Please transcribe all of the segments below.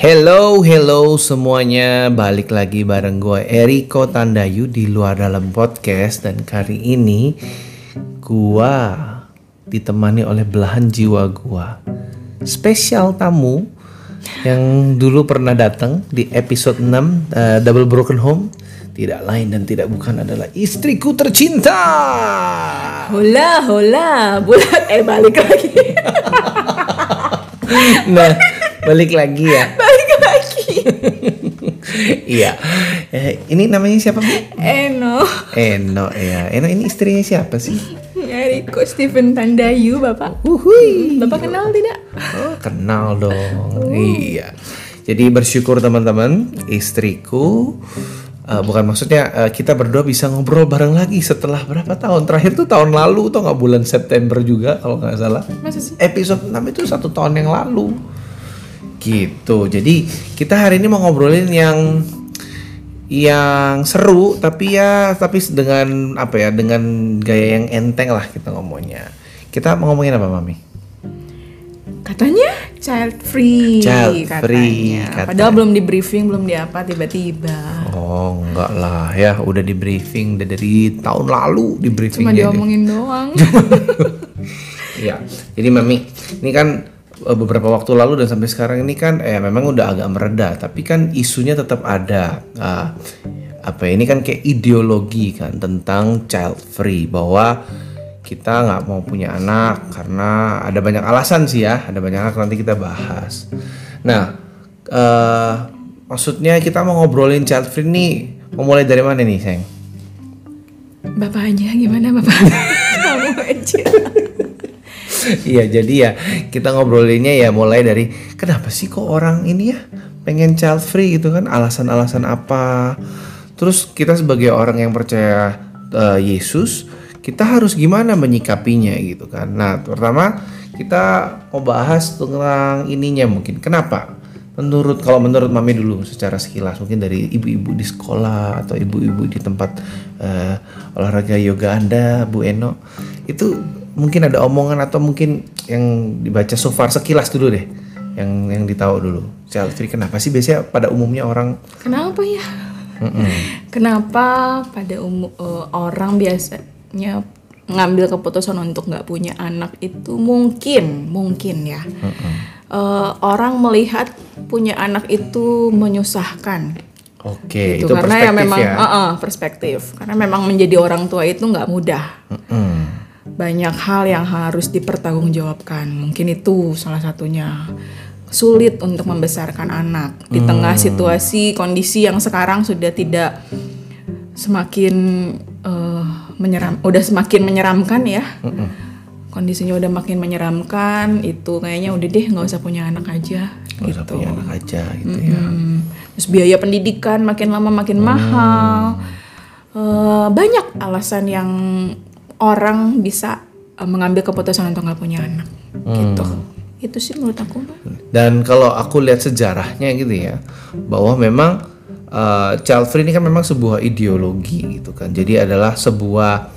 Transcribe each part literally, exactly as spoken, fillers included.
Hello, hello semuanya. Balik lagi bareng gue Eriko Tandayu di Luar Dalam Podcast. Dan kali ini gue ditemani oleh belahan jiwa gue, spesial tamu yang dulu pernah datang di episode enam uh, Double Broken Home. Tidak lain dan tidak bukan adalah istriku tercinta. Hola, hola, bulat eh balik lagi. Nah, balik lagi ya. Balik lagi. Iya. Eh, ini namanya siapa, Bu? Eno. Eno ya. Eno ini istrinya siapa sih? Eriko Steven Tandayu, Bapak. Uhui. Bapak kenal tidak? Oh, kenal dong. Oh. Iya. Jadi bersyukur teman-teman, istriku Uh, bukan maksudnya uh, kita berdua bisa ngobrol bareng lagi setelah berapa tahun. Terakhir tuh tahun lalu tuh nggak, bulan September juga kalau nggak salah. Masa sih? Episode enam itu satu tahun yang lalu gitu. Jadi kita hari ini mau ngobrolin yang yang seru tapi ya tapi dengan apa ya, dengan gaya yang enteng lah kita ngomongnya. Kita mau ngomongin apa, Mami? Katanya child free, child katanya. free katanya. Padahal belum di briefing, belum di apa, tiba-tiba. Oh enggak lah ya, udah di briefing udah dari tahun lalu di briefing. Cuma diomongin doang. Ya, jadi Mami, ini kan beberapa waktu lalu dan sampai sekarang ini kan eh memang udah agak mereda, tapi kan isunya tetap ada. Uh, apa ya, ini kan kayak ideologi kan tentang child free, bahwa kita nggak mau punya anak karena ada banyak alasan sih ya, ada banyak alasan, nanti kita bahas. Nah, uh, maksudnya kita mau ngobrolin child free nih, mau mulai dari mana nih, sayang? Bapak aja, gimana Bapak? Kamu aja. Iya, jadi ya kita ngobrolinnya ya mulai dari kenapa sih kok orang ini ya pengen child free gitu kan, alasan-alasan apa? Terus kita sebagai orang yang percaya uh, Yesus, kita harus gimana menyikapinya gitu kan. Nah, pertama kita mau bahas tentang ininya mungkin. Kenapa? Menurut kalau menurut Mami dulu secara sekilas, mungkin dari ibu-ibu di sekolah atau ibu-ibu di tempat uh, olahraga yoga Anda, Bu Eno, itu mungkin ada omongan atau mungkin yang dibaca so far sekilas dulu deh. Yang yang ditahu dulu. Child free kenapa sih biasanya pada umumnya orang? Kenapa ya? Mm-mm. Kenapa pada umum uh, orang biasa ngambil keputusan untuk nggak punya anak itu mungkin mungkin ya uh-uh. uh, orang melihat punya anak itu menyusahkan. Oke, gitu. Itu Karena perspektif ya memang ya? uh-uh, perspektif karena memang menjadi orang tua itu nggak mudah. Uh-uh. Banyak hal yang harus dipertanggungjawabkan, mungkin itu salah satunya. Sulit untuk membesarkan anak di hmm. tengah situasi kondisi yang sekarang sudah tidak semakin uh, menyeram, udah semakin menyeramkan ya. Mm-mm. Kondisinya udah makin menyeramkan, itu kayaknya udah deh nggak usah punya anak aja. Nggak gitu. usah punya anak aja gitu mm-hmm. ya. Terus biaya pendidikan makin lama makin hmm. mahal. Uh, banyak alasan yang orang bisa uh, mengambil keputusan untuk nggak punya anak. Hmm. Gitu. Itu sih menurut aku. Dan kalau aku lihat sejarahnya gitu ya, bahwa memang Uh, child free ini kan memang sebuah ideologi gitu kan. Jadi adalah sebuah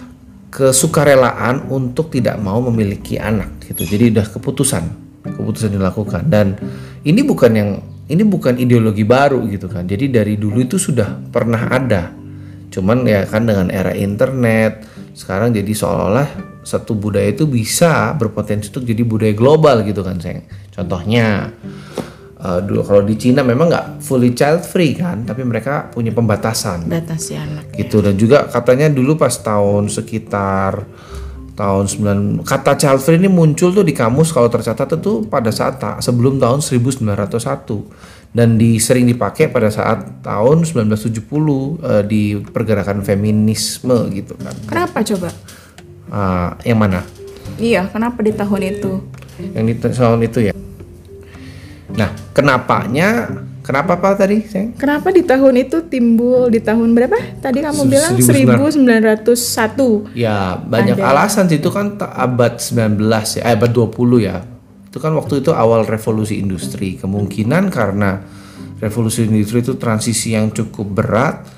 kesukarelaan untuk tidak mau memiliki anak gitu. Jadi udah keputusan, keputusan dilakukan. Dan ini bukan yang ini bukan ideologi baru gitu kan. Jadi dari dulu itu sudah pernah ada. Cuman ya kan dengan era internet sekarang jadi seolah-olah satu budaya itu bisa berpotensi untuk jadi budaya global gitu kan, sayang. Contohnya Uh, dulu kalau di Cina memang nggak fully child free kan, tapi mereka punya pembatasan. Batasi anak. Gitu ya. Dan juga katanya dulu pas tahun sekitar tahun sembilan kata child free ini muncul tuh di kamus kalau tercatat itu pada saat ta- sebelum tahun seribu sembilan ratus satu dan di, sering dipakai pada saat tahun seribu sembilan ratus tujuh puluh uh, di pergerakan feminisme gitu kan. Kenapa coba? Uh, yang mana? Iya, kenapa di tahun itu? Yang di tahun itu ya. Nah, kenapanya? Kenapa apa tadi, sayang? Kenapa di tahun itu timbul di tahun berapa? Tadi kamu bilang seribu sembilan ratus satu. Ya, banyak Ada. alasan sih, itu kan abad sembilan belas ya, eh, abad dua puluh ya. Itu kan waktu itu awal revolusi industri. Kemungkinan karena revolusi industri itu transisi yang cukup berat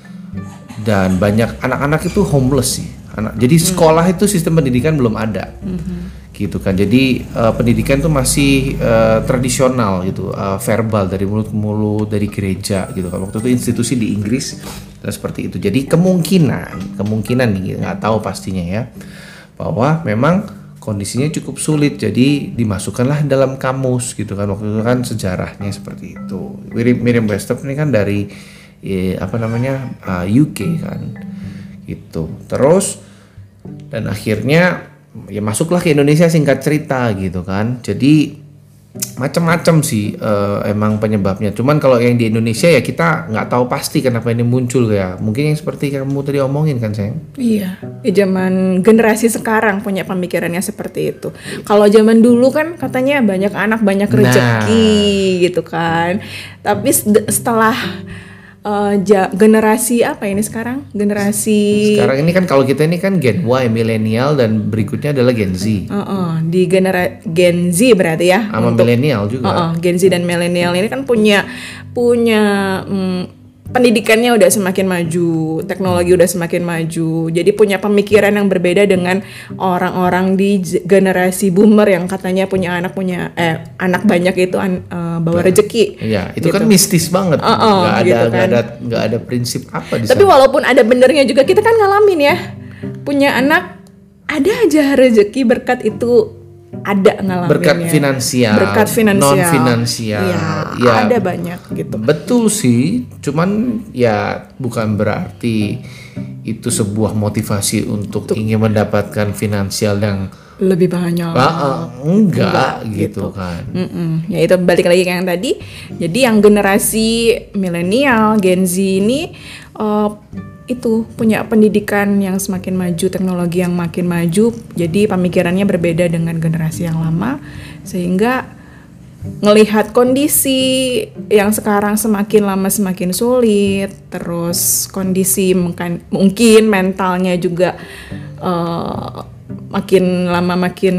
dan banyak anak-anak itu homeless sih. Anak. Jadi sekolah hmm. itu sistem pendidikan belum ada. Hmm. gitu kan. Jadi uh, pendidikan tuh masih uh, tradisional gitu, uh, verbal dari mulut ke mulut dari gereja gitu kan. Waktu itu institusi di Inggris dan seperti itu. Jadi kemungkinan kemungkinan nih nggak tahu pastinya ya, bahwa memang kondisinya cukup sulit, jadi dimasukkanlah dalam kamus gitu kan. Waktu itu kan sejarahnya seperti itu. Merriam-Webster ini kan dari ya, apa namanya uh, U K kan gitu. Terus dan akhirnya ya masuklah ke Indonesia, singkat cerita gitu kan. Jadi macam-macam sih uh, emang penyebabnya. Cuman kalau yang di Indonesia ya kita nggak tahu pasti kenapa ini muncul ya. Mungkin yang seperti kamu tadi omongin kan, sayang. Iya, di zaman generasi sekarang punya pemikirannya seperti itu. Kalau zaman dulu kan katanya banyak anak banyak rezeki nah. gitu kan. Tapi setelah uh, ja, generasi apa ini sekarang? Generasi sekarang ini kan kalau kita ini kan Gen Y, milenial, dan berikutnya adalah Gen Z. Uh-uh, di genera Gen Z berarti ya. Sama milenial juga. Uh-uh, Gen Z dan milenial ini kan punya punya hmm, pendidikannya udah semakin maju, teknologi udah semakin maju. Jadi punya pemikiran yang berbeda dengan orang-orang di generasi boomer yang katanya punya anak punya eh anak banyak itu uh, bawa rezeki. Iya, itu gitu. Kan mistis banget. Uh-uh, gak ada gitu kan. gak ada gak ada prinsip apa di sana. Tapi walaupun ada benernya juga, kita kan ngalamin ya. Punya anak ada aja rezeki berkat itu. Ada ngalaminnya. Berkat finansial, berkat finansial, non finansial, ya, ya ada banyak gitu. Betul sih, cuman ya bukan berarti itu sebuah motivasi untuk, untuk ingin mendapatkan finansial yang lebih banyak. Ah, enggak, enggak gitu, gitu kan. Mm-mm. Ya itu balik lagi ke yang tadi. Jadi yang generasi milenial, Gen Z ini uh, itu punya pendidikan yang semakin maju, teknologi yang makin maju, jadi pemikirannya berbeda dengan generasi yang lama, sehingga ngelihat kondisi yang sekarang semakin lama semakin sulit, terus kondisi mungkin, mungkin mentalnya juga uh, makin lama makin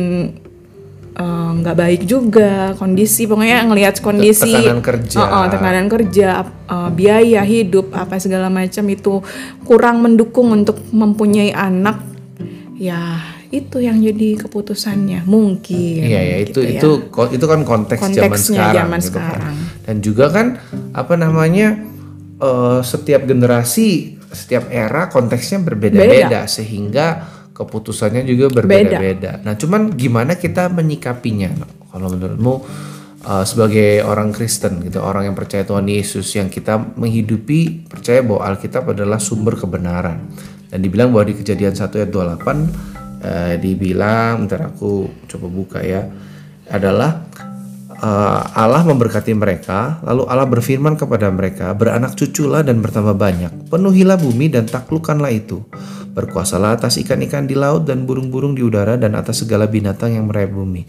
nggak uh, baik juga kondisi, pokoknya ngelihat kondisi tekanan kerja, uh, uh, tekanan kerja, uh, biaya hidup apa segala macam itu kurang mendukung untuk mempunyai anak, ya itu yang jadi keputusannya mungkin. Iya ya, gitu itu ya. itu itu kan konteks zaman sekarang, zaman gitu sekarang. Kan. Dan juga kan apa namanya uh, setiap generasi, setiap era konteksnya berbeda-beda, sehingga keputusannya juga berbeda-beda. Nah, cuman gimana kita menyikapinya? Kalau menurutmu uh, sebagai orang Kristen gitu, orang yang percaya Tuhan Yesus, yang kita menghidupi percaya bahwa Alkitab adalah sumber kebenaran. Dan dibilang bahwa di Kejadian satu ayat dua puluh delapan uh, dibilang, ntar aku coba buka ya, adalah uh, Allah memberkati mereka, lalu Allah berfirman kepada mereka, beranak cuculah dan bertambah banyak, penuhilah bumi dan taklukkanlah itu. Berkuasalah atas ikan-ikan di laut dan burung-burung di udara dan atas segala binatang yang merayap bumi.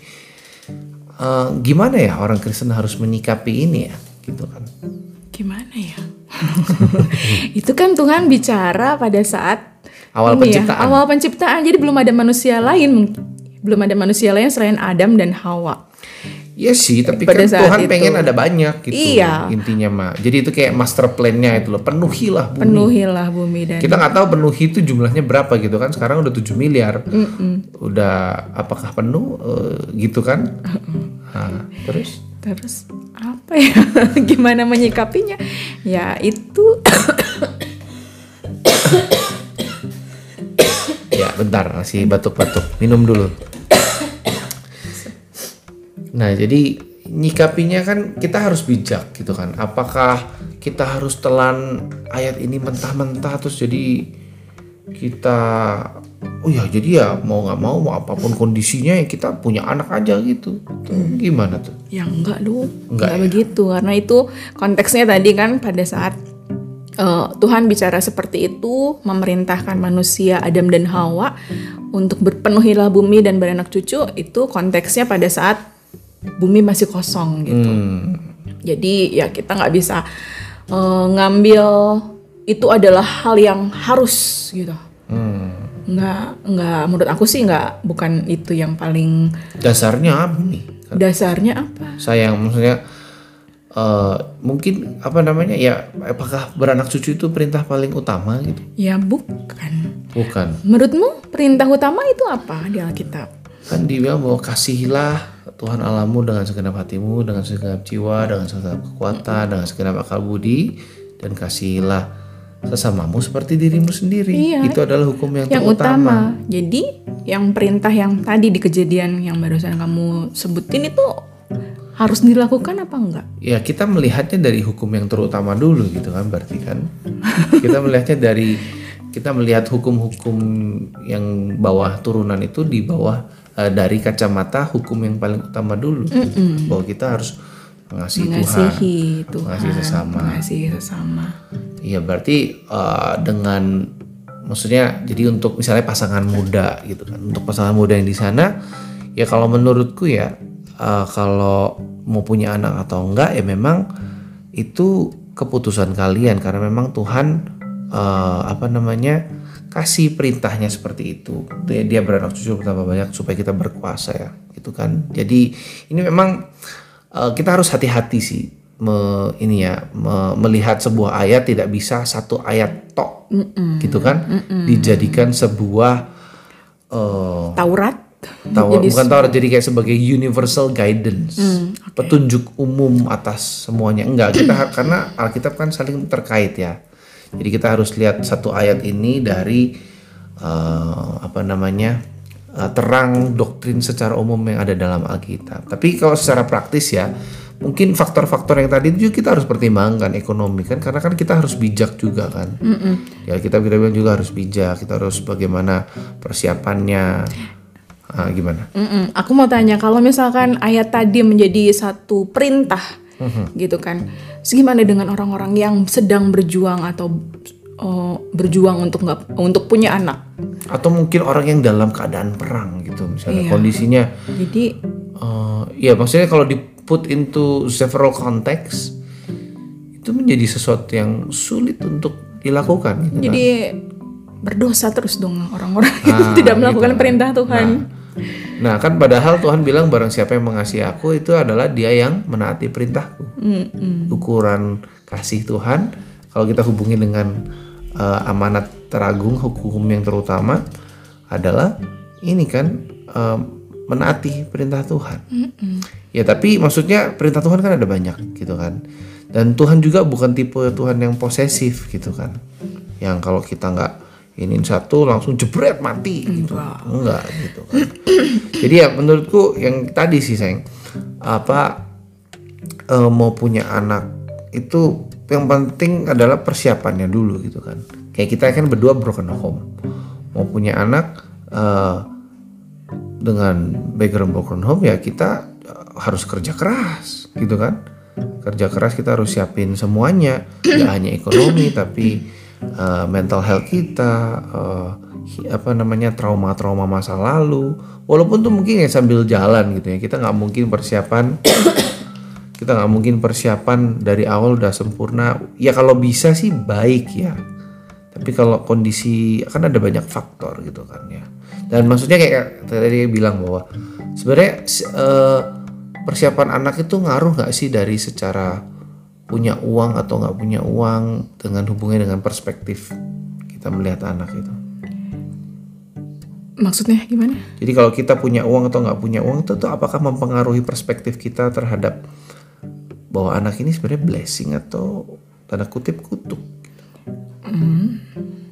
Uh, gimana ya orang Kristen harus menyikapi ini ya, gitu kan? Gimana ya? Itu kan Tuhan bicara pada saat awal penciptaan. Ya, awal penciptaan. Jadi belum ada manusia lain, belum ada manusia lain selain Adam dan Hawa. Iya sih, tapi pada kan Tuhan itu. pengen ada banyak gitu. Iya. Intinya mah. Jadi itu kayak master plan-nya itu loh, penuhilah bumi. Penuhilah bumi dan kita nggak tahu penuhi itu jumlahnya berapa gitu kan. Sekarang udah tujuh miliar. Mm-mm. Udah apakah penuh uh, gitu kan? Nah, terus terus apa ya? Gimana menyikapinya? Ya itu ya bentar, masih batuk-batuk. Minum dulu. Nah, jadi nyikapinya kan kita harus bijak gitu kan. Apakah kita harus telan ayat ini mentah-mentah terus jadi kita oh ya jadi ya mau nggak mau mau apapun kondisinya ya kita punya anak aja gitu. Tuh, gimana tuh? Ya enggak dong. Enggak, enggak ya? begitu. Karena itu konteksnya tadi kan pada saat uh, Tuhan bicara seperti itu, memerintahkan manusia Adam dan Hawa untuk berpenuhilah bumi dan beranak cucu, itu konteksnya pada saat bumi masih kosong gitu. Hmm. Jadi ya kita nggak bisa uh, ngambil itu adalah hal yang harus gitu. Hmm. Nggak nggak menurut aku sih nggak, bukan itu yang paling dasarnya apa nih? Dasarnya apa? Sayang maksudnya uh, mungkin apa namanya ya, apakah beranak cucu itu perintah paling utama gitu? Ya bukan. Bukan. Menurutmu perintah utama itu apa di Alkitab? Kan dibilang bahwa kasihilah Tuhan Allahmu dengan segenap hatimu, dengan segenap jiwa, dengan segenap kekuatan, dengan segenap akal budi, dan kasihilah sesamamu seperti dirimu sendiri. Iya. Itu adalah hukum yang, Yang terutama. utama. Jadi yang perintah yang tadi di Kejadian yang barusan kamu sebutin itu harus dilakukan apa enggak? Ya kita melihatnya dari hukum yang terutama dulu gitu kan, berarti kan kita melihatnya dari kita melihat hukum-hukum yang bawah turunan itu di bawah uh, dari kacamata hukum yang paling utama dulu. Mm-mm. Bahwa kita harus mengasihi, mengasihi Tuhan, Tuhan, mengasihi sesama. Mengasihi sesama. Iya berarti uh, dengan maksudnya jadi untuk misalnya pasangan muda gitu kan, untuk pasangan muda yang di sana ya kalau menurutku ya uh, kalau mau punya anak atau enggak ya memang itu keputusan kalian karena memang Tuhan Uh, apa namanya kasih perintahnya seperti itu. Dia, dia beranak cucu bertambah banyak supaya kita berkuasa ya, gitu kan. Jadi ini memang uh, kita harus hati-hati sih, me, ini ya me, melihat sebuah ayat tidak bisa satu ayat tok, Mm-mm. gitu kan, Mm-mm. dijadikan sebuah uh, Taurat. Tahu, bukan Taurat, jadi kayak sebagai universal guidance, mm, okay. petunjuk umum atas semuanya. Enggak, kita karena Alkitab kan saling terkait ya. Jadi kita harus lihat satu ayat ini dari uh, apa namanya uh, terang doktrin secara umum yang ada dalam Alkitab. Tapi kalau secara praktis ya, mungkin faktor-faktor yang tadi itu kita harus pertimbangkan ekonomi kan, karena kan kita harus bijak juga kan. Mm-mm. Ya kita kita bilang juga harus bijak, kita harus bagaimana persiapannya. Ah, gimana? Mm-mm. Aku mau tanya kalau misalkan ayat tadi menjadi satu perintah. Mm-hmm. Gitu kan. Gimana dengan orang-orang yang sedang berjuang atau uh, berjuang untuk nggak untuk punya anak? Atau mungkin orang yang dalam keadaan perang gitu, misalnya iya. kondisinya. Jadi, uh, ya maksudnya kalau di put into several context itu menjadi sesuatu yang sulit untuk dilakukan. Gitu jadi kan? berdosa terus dong orang-orang nah, yang tidak melakukan gitu. perintah Tuhan. Nah, Nah kan padahal Tuhan bilang barang siapa yang mengasihi aku itu adalah dia yang menaati perintahku. Mm-mm. Ukuran kasih Tuhan kalau kita hubungi dengan uh, amanat teragung, hukum yang terutama adalah ini kan uh, menaati perintah Tuhan. Mm-mm. Ya tapi maksudnya perintah Tuhan kan ada banyak gitu kan. Dan Tuhan juga bukan tipe Tuhan yang posesif gitu kan. Yang kalau kita nggak ini satu langsung jebret mati gitu. Enggak, enggak gitu kan. Jadi ya menurutku yang tadi sih sayang apa e, mau punya anak itu yang penting adalah persiapannya dulu gitu kan. Kayak kita kan berdua broken home. Mau punya anak e, dengan background broken home ya kita harus kerja keras gitu kan. Kerja keras kita harus siapin semuanya, tidak hanya ekonomi tapi Uh, mental health kita, uh, apa namanya trauma-trauma masa lalu. Walaupun tuh mungkin ya sambil jalan gitu ya, kita nggak mungkin persiapan, kita nggak mungkin persiapan dari awal udah sempurna. Ya kalau bisa sih baik ya. Tapi kalau kondisi kan ada banyak faktor gitu kan ya. Dan maksudnya kayak tadi bilang bahwa sebenarnya uh, persiapan anak itu ngaruh nggak sih dari secara punya uang atau nggak punya uang dengan hubungannya dengan perspektif kita melihat anak itu. Maksudnya gimana? Jadi kalau kita punya uang atau nggak punya uang itu tuh apakah mempengaruhi perspektif kita terhadap bahwa anak ini sebenarnya blessing atau tanda kutip kutuk? Mm.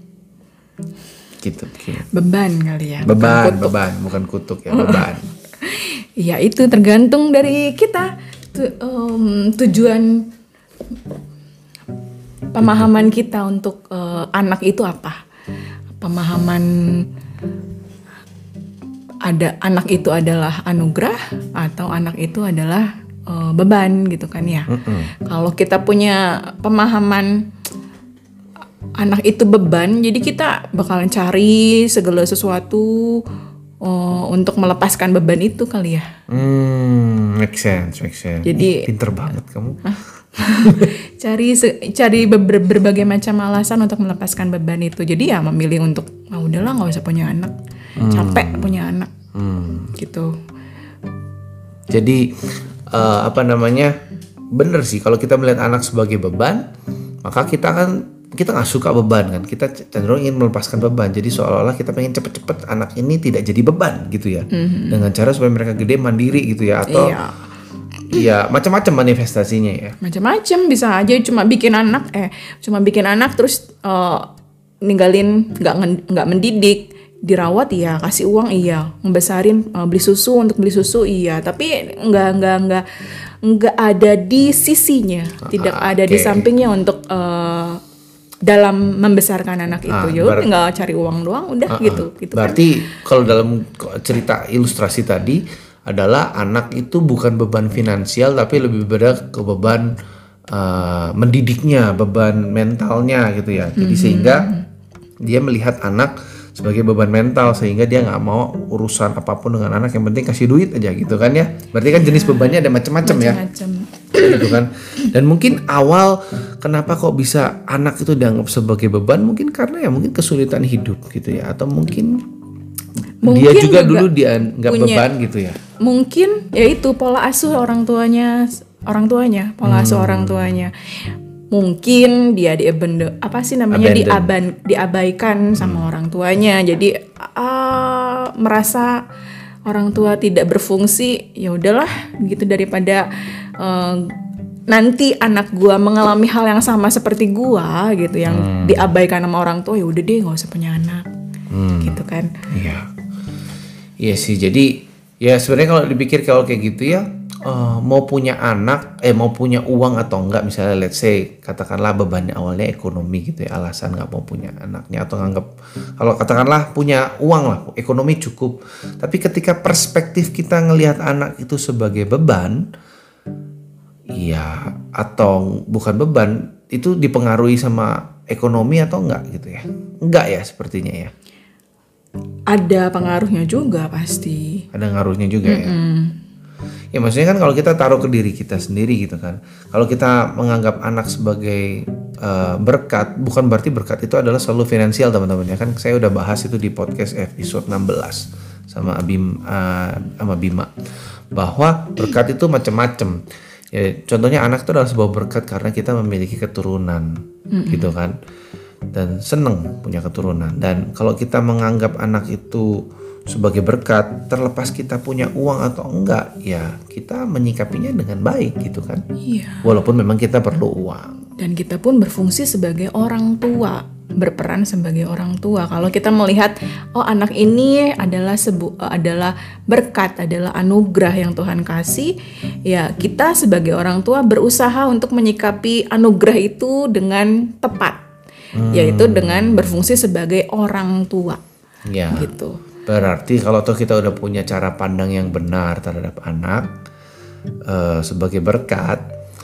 Gitu, gitu. Beban kali ya. Beban, bukan beban, bukan kutuk ya, beban. Ya itu tergantung dari kita tu, um, tujuan pemahaman kita untuk uh, anak itu apa? Pemahaman ada anak itu adalah anugerah atau anak itu adalah uh, beban gitu kan ya. Mm-mm. Kalau kita punya pemahaman anak itu beban, jadi kita bakalan cari segala sesuatu uh, untuk melepaskan beban itu kali ya. Hmm, make sense, make sense. Jadi Ih, pinter banget kamu. cari cari ber- berbagai macam alasan untuk melepaskan beban itu. Jadi ya memilih untuk ah udahlah nggak usah punya anak, hmm. capek punya anak, hmm. gitu. Jadi uh, apa namanya bener sih kalau kita melihat anak sebagai beban, maka kita kan kita nggak suka beban kan, kita cenderung ingin melepaskan beban, jadi seolah-olah kita pengen cepet-cepet anak ini tidak jadi beban gitu ya, mm-hmm. dengan cara supaya mereka gede mandiri gitu ya, atau iya. Ya macam-macam manifestasinya ya. Macam-macam, bisa aja cuma bikin anak eh cuma bikin anak terus uh, ninggalin, nggak nggak mendidik, dirawat iya, kasih uang iya, ngebesarin uh, beli susu untuk beli susu iya, tapi nggak nggak nggak nggak ada di sisinya, tidak ah, ada okay. di sampingnya untuk uh, dalam membesarkan anak itu. Ah, ya ber- tinggal cari uang doang udah uh, gitu gitu. Berarti kan? Kalau dalam cerita ilustrasi tadi adalah anak itu bukan beban finansial tapi lebih pada ke beban uh, mendidiknya, beban mentalnya gitu ya. Jadi mm-hmm. sehingga dia melihat anak sebagai beban mental, sehingga dia nggak mau urusan apapun dengan anak, yang penting kasih duit aja gitu kan ya. Berarti kan jenis bebannya ada macam-macam ya. Gitu kan. Dan mungkin awal kenapa kok bisa anak itu dianggap sebagai beban, mungkin karena ya mungkin kesulitan hidup gitu ya, atau mungkin Mungkin dia juga, juga dulu dia nggak beban gitu ya. Mungkin ya itu pola asuh orang tuanya, orang tuanya, pola hmm. asuh orang tuanya. Mungkin dia di apa sih namanya diaban, diabaikan sama hmm. orang tuanya. Jadi uh, merasa orang tua tidak berfungsi. Ya udahlah, gitu, daripada uh, nanti anak gua mengalami hal yang sama seperti gua gitu, yang hmm. diabaikan sama orang tua. Ya udah deh, nggak usah punya anak. Hmm. Gitu kan. Iya. Iya sih, jadi ya sebenarnya kalau dipikir kalau kayak gitu ya, uh, mau punya anak, eh mau punya uang atau enggak, misalnya let's say katakanlah bebannya awalnya ekonomi gitu ya, alasan nggak mau punya anaknya, atau nganggap kalau katakanlah punya uang lah, ekonomi cukup, tapi ketika perspektif kita ngelihat anak itu sebagai beban, ya atau bukan beban, itu dipengaruhi sama ekonomi atau enggak gitu ya? Enggak ya sepertinya ya. Ada pengaruhnya juga pasti. Ada ngaruhnya juga mm-hmm. ya. Ya maksudnya kan kalau kita taruh ke diri kita sendiri gitu kan. Kalau kita menganggap anak sebagai uh, berkat, bukan berarti berkat itu adalah selalu finansial teman-teman ya kan. Saya udah bahas itu di podcast episode enam belas sama Abim uh, sama Bima, bahwa berkat itu macam-macam. Ya, contohnya anak itu adalah sebuah berkat karena kita memiliki keturunan mm-hmm. gitu kan. Dan seneng punya keturunan. Dan kalau kita menganggap anak itu sebagai berkat, terlepas kita punya uang atau enggak, ya kita menyikapinya dengan baik gitu kan. Iya. Walaupun memang kita perlu uang. Dan kita pun berfungsi sebagai orang tua, berperan sebagai orang tua. Kalau kita melihat, oh anak ini adalah sebu- adalah berkat, adalah anugerah yang Tuhan kasih, ya kita sebagai orang tua berusaha untuk menyikapi anugerah itu dengan tepat. Hmm. Yaitu dengan berfungsi sebagai orang tua, ya, gitu. Berarti kalau toh kita udah punya cara pandang yang benar terhadap anak uh, sebagai berkat,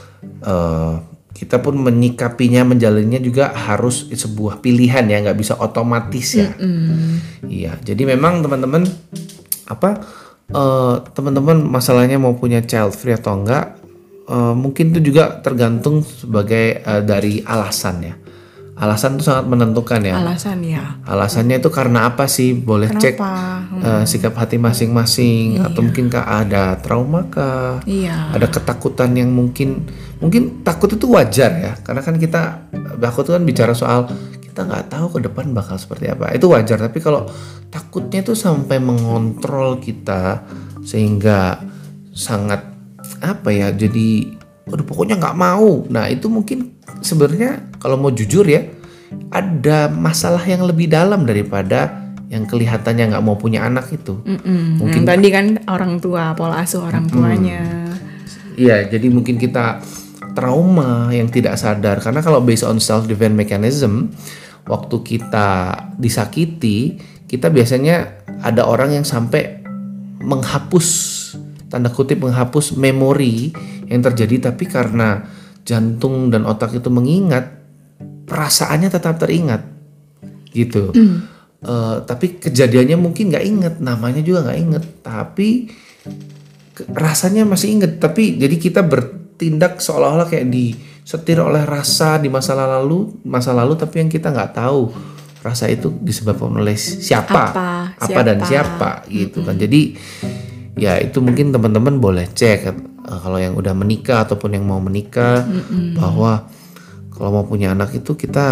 uh, kita pun menyikapinya, menjalannya juga harus sebuah pilihan ya, nggak bisa otomatis ya. Mm-hmm. Iya, jadi memang teman-teman apa uh, teman-teman masalahnya mau punya child free atau enggak, uh, mungkin itu juga tergantung sebagai uh, dari alasan ya. Alasan itu sangat menentukan ya. Alasan ya. Alasannya itu karena apa sih? Boleh Kenapa? cek hmm. uh, sikap hati masing-masing, iya. atau mungkin kah ada trauma kah? Iya. Ada ketakutan yang mungkin mungkin takut itu wajar ya. Karena kan kita takut itu kan bicara soal kita nggak tahu ke depan bakal seperti apa. Itu wajar. Tapi kalau takutnya itu sampai mengontrol kita sehingga sangat apa ya? Jadi udah pokoknya nggak mau. Nah itu mungkin sebenarnya kalau mau jujur ya, ada masalah yang lebih dalam daripada yang kelihatannya nggak mau punya anak itu. Mm-mm. Mungkin yang tadi kan orang tua, pola asuh orang tuanya. Iya, jadi mungkin kita trauma yang tidak sadar, karena kalau based on self defense mechanism, waktu kita disakiti, kita biasanya ada orang yang sampai menghapus, tanda kutip menghapus memori yang terjadi, tapi karena jantung dan otak itu mengingat, perasaannya tetap teringat gitu. Mm. Uh, tapi kejadiannya mungkin nggak inget, namanya juga nggak inget, tapi ke- rasanya masih inget. Tapi jadi kita bertindak seolah-olah kayak disetir oleh rasa di masa lalu, masa lalu, tapi yang kita nggak tahu rasa itu disebabkan oleh siapa, apa, apa siapa. dan siapa gitu kan. Jadi ya itu mungkin teman-teman boleh cek uh, kalau yang udah menikah ataupun yang mau menikah, mm-mm. bahwa kalau mau punya anak itu kita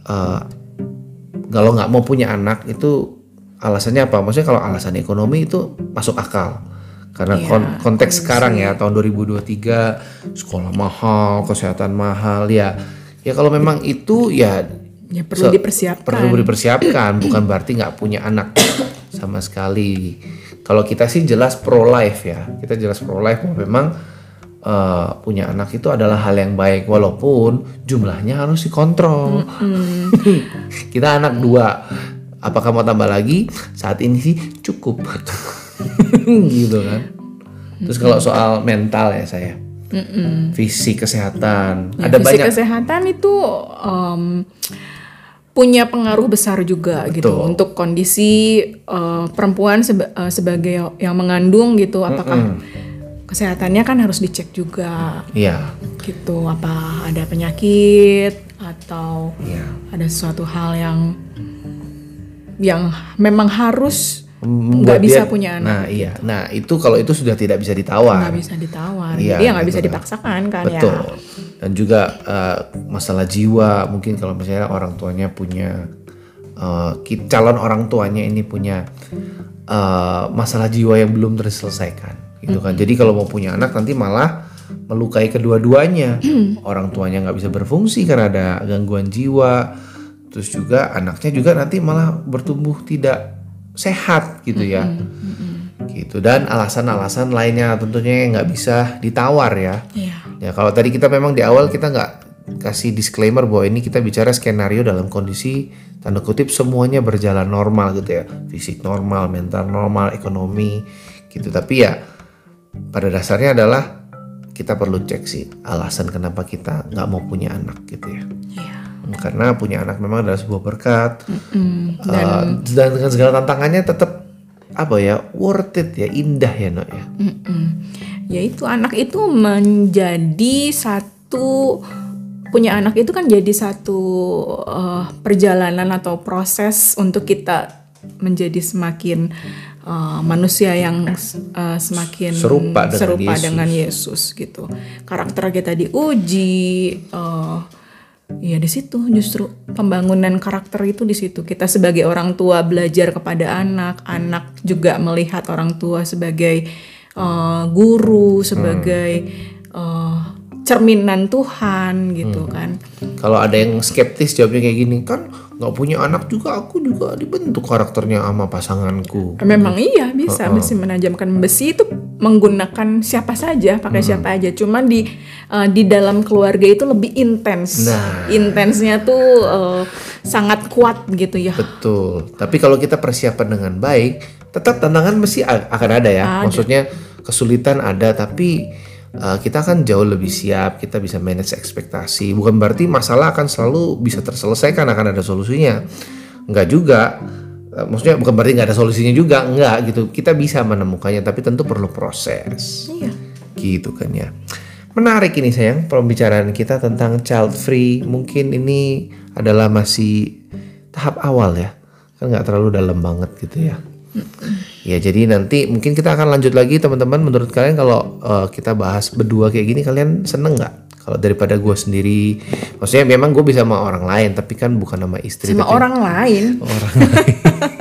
uh, kalau nggak mau punya anak itu alasannya apa? Maksudnya kalau alasan ekonomi itu masuk akal. Karena Iya, kon- konteks kondisi. sekarang ya tahun dua ribu dua puluh tiga sekolah mahal, kesehatan mahal ya. Ya kalau memang itu ya Ya perlu se- dipersiapkan. perlu dipersiapkan, bukan berarti nggak punya anak sama sekali. Kalau kita sih jelas pro life ya, kita jelas pro life bahwa memang uh, punya anak itu adalah hal yang baik walaupun jumlahnya harus dikontrol. Kita anak dua, apakah mau tambah lagi? Saat ini sih cukup, gitu kan. Terus kalau soal mental ya saya, fisik kesehatan, Ya, ada fisik banyak. kesehatan itu um, punya pengaruh besar juga gitu Betul. untuk kondisi uh, perempuan seba- uh, sebagai yang mengandung gitu, apakah kesehatannya kan harus dicek juga Iya, gitu, apa ada penyakit atau iya. ada sesuatu hal yang yang memang harus Membuat nggak bisa dia- punya anak. Nah iya, nah itu kalau itu sudah tidak bisa ditawar. Nggak bisa ditawar, Iya, jadi ya nggak bisa betul. dipaksakan kan. Betul. Ya. Dan juga uh, masalah jiwa, mungkin kalau misalnya orang tuanya punya uh, ki- calon orang tuanya ini punya uh, masalah jiwa yang belum terselesaikan, gitu kan. Jadi kalau mau punya anak nanti malah melukai kedua-duanya. Orang tuanya nggak bisa berfungsi karena ada gangguan jiwa. Terus juga anaknya juga nanti malah bertumbuh tidak sehat gitu ya. Gitu, dan alasan-alasan lainnya tentunya yang nggak bisa ditawar ya. Iya. Ya kalau tadi kita memang di awal kita nggak kasih disclaimer bahwa ini kita bicara skenario dalam kondisi tanda kutip semuanya berjalan normal gitu ya, fisik normal, mental normal, ekonomi gitu. Tapi ya pada dasarnya adalah kita perlu cek sih alasan kenapa kita nggak mau punya anak gitu ya. Iya. Karena punya anak memang adalah sebuah berkat. Mm, dan Uh, dan dengan segala tantangannya tetap apa ya, worth it ya, indah ya Nok ya. Mm-mm. Yaitu anak itu menjadi satu, punya anak itu kan jadi satu uh, perjalanan atau proses untuk kita menjadi semakin uh, manusia yang uh, semakin Serupa dengan serupa Yesus. dengan Yesus gitu. Karakter kita diuji. Uh, Ya di situ justru pembangunan karakter itu di situ. Kita sebagai orang tua belajar kepada anak, anak juga melihat orang tua sebagai uh, guru, sebagai uh, cerminan Tuhan gitu kan. Kalau ada yang skeptis jawabnya kayak gini, kan nggak punya anak juga, aku juga dibentuk karakternya sama pasanganku. Memang iya bisa besi menajamkan besi itu menggunakan siapa saja, pakai siapa aja. Cuma di uh, di dalam keluarga itu lebih intens. Nah. Intensnya tuh uh, sangat kuat gitu ya. Betul. Tapi kalau kita persiapan dengan baik, tetap tantangan mesti a- akan ada ya. Ada. Maksudnya kesulitan ada, tapi uh, kita kan jauh lebih siap. Kita bisa manage ekspektasi. Bukan berarti masalah akan selalu bisa terselesaikan, akan ada solusinya. Enggak juga. Uh, maksudnya bukan berarti nggak ada solusinya juga, enggak gitu. Kita bisa menemukannya, tapi tentu perlu proses. Iya. Gitu kan ya. Menarik ini sayang pembicaraan kita tentang child free. Mungkin ini adalah masih tahap awal ya, kan nggak terlalu dalam banget gitu ya. Ya jadi nanti mungkin kita akan lanjut lagi teman-teman. Menurut kalian kalau uh, kita bahas berdua kayak gini, kalian seneng nggak? Kalau daripada gue sendiri, maksudnya memang gue bisa sama orang lain, tapi kan bukan sama istri. Sama tapi orang lain. orang lain.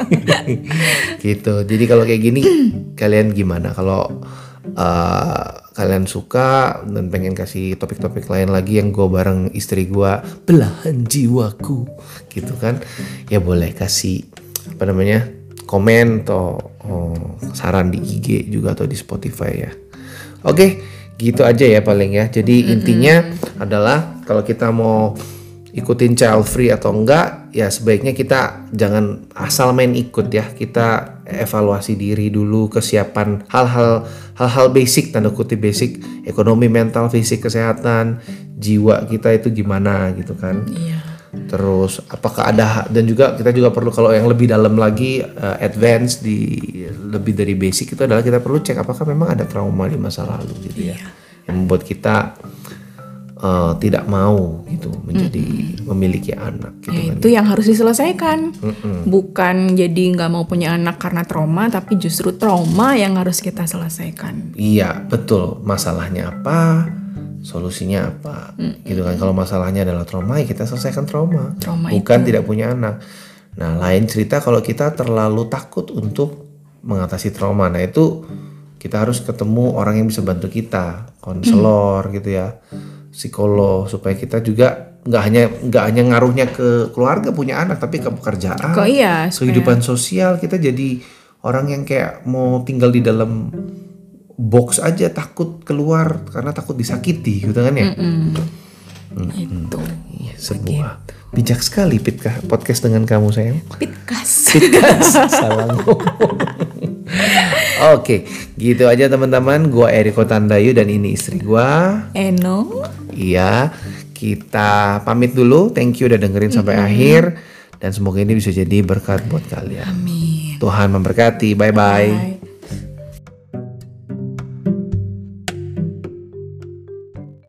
Gitu. Jadi kalau kayak gini kalian gimana? Kalau uh, kalian suka dan pengen kasih topik-topik lain lagi yang gue bareng istri gue, belahan jiwaku gitu kan, ya boleh kasih apa namanya komen atau oh, saran di I G juga atau di Spotify ya. Oke, gitu aja ya paling ya. Jadi intinya adalah kalau kita mau ikutin child free atau enggak, ya sebaiknya kita jangan asal main ikut ya. Kita evaluasi diri dulu, kesiapan hal-hal hal-hal basic, tanda kutip basic, ekonomi, mental, fisik, kesehatan, jiwa kita itu gimana gitu kan. Iya. Terus apakah ada, dan juga kita juga perlu kalau yang lebih dalam lagi uh, advance di lebih dari basic itu adalah kita perlu cek apakah memang ada trauma di masa lalu gitu ya. Yang membuat kita Uh, tidak mau gitu menjadi mm-hmm. memiliki anak gitu Ya, kan. itu yang harus diselesaikan. Bukan jadi nggak mau punya anak karena trauma, tapi justru trauma yang harus kita selesaikan. Iya betul, masalahnya apa, solusinya apa, mm-hmm. gitu kan. Kalau masalahnya adalah trauma, ya kita selesaikan trauma, trauma bukan itu. tidak punya anak. Nah, lain cerita kalau kita terlalu takut untuk mengatasi trauma. Nah, itu kita harus ketemu orang yang bisa bantu kita, konselor mm. gitu ya, psikolog, supaya kita juga nggak hanya nggak hanya ngaruhnya ke keluarga punya anak, tapi ke pekerjaan, Kok iya, kehidupan sosial. Kita jadi orang yang kayak mau tinggal di dalam box aja, takut keluar karena takut disakiti gitu kan ya. Mm-mm. Mm-mm. Itu ya, sebuah begitu. Bijak sekali Pitka podcast dengan kamu sayang. Pitkas. Pitkas. Salah ngomong. Oke, gitu aja teman-teman. Gua Eriko Tandayu dan ini istri gua Eno. Iya, kita pamit dulu. Thank you udah dengerin sampai mm-hmm. akhir, dan semoga ini bisa jadi berkat buat kalian. Amin. Tuhan memberkati. Bye bye. Bye.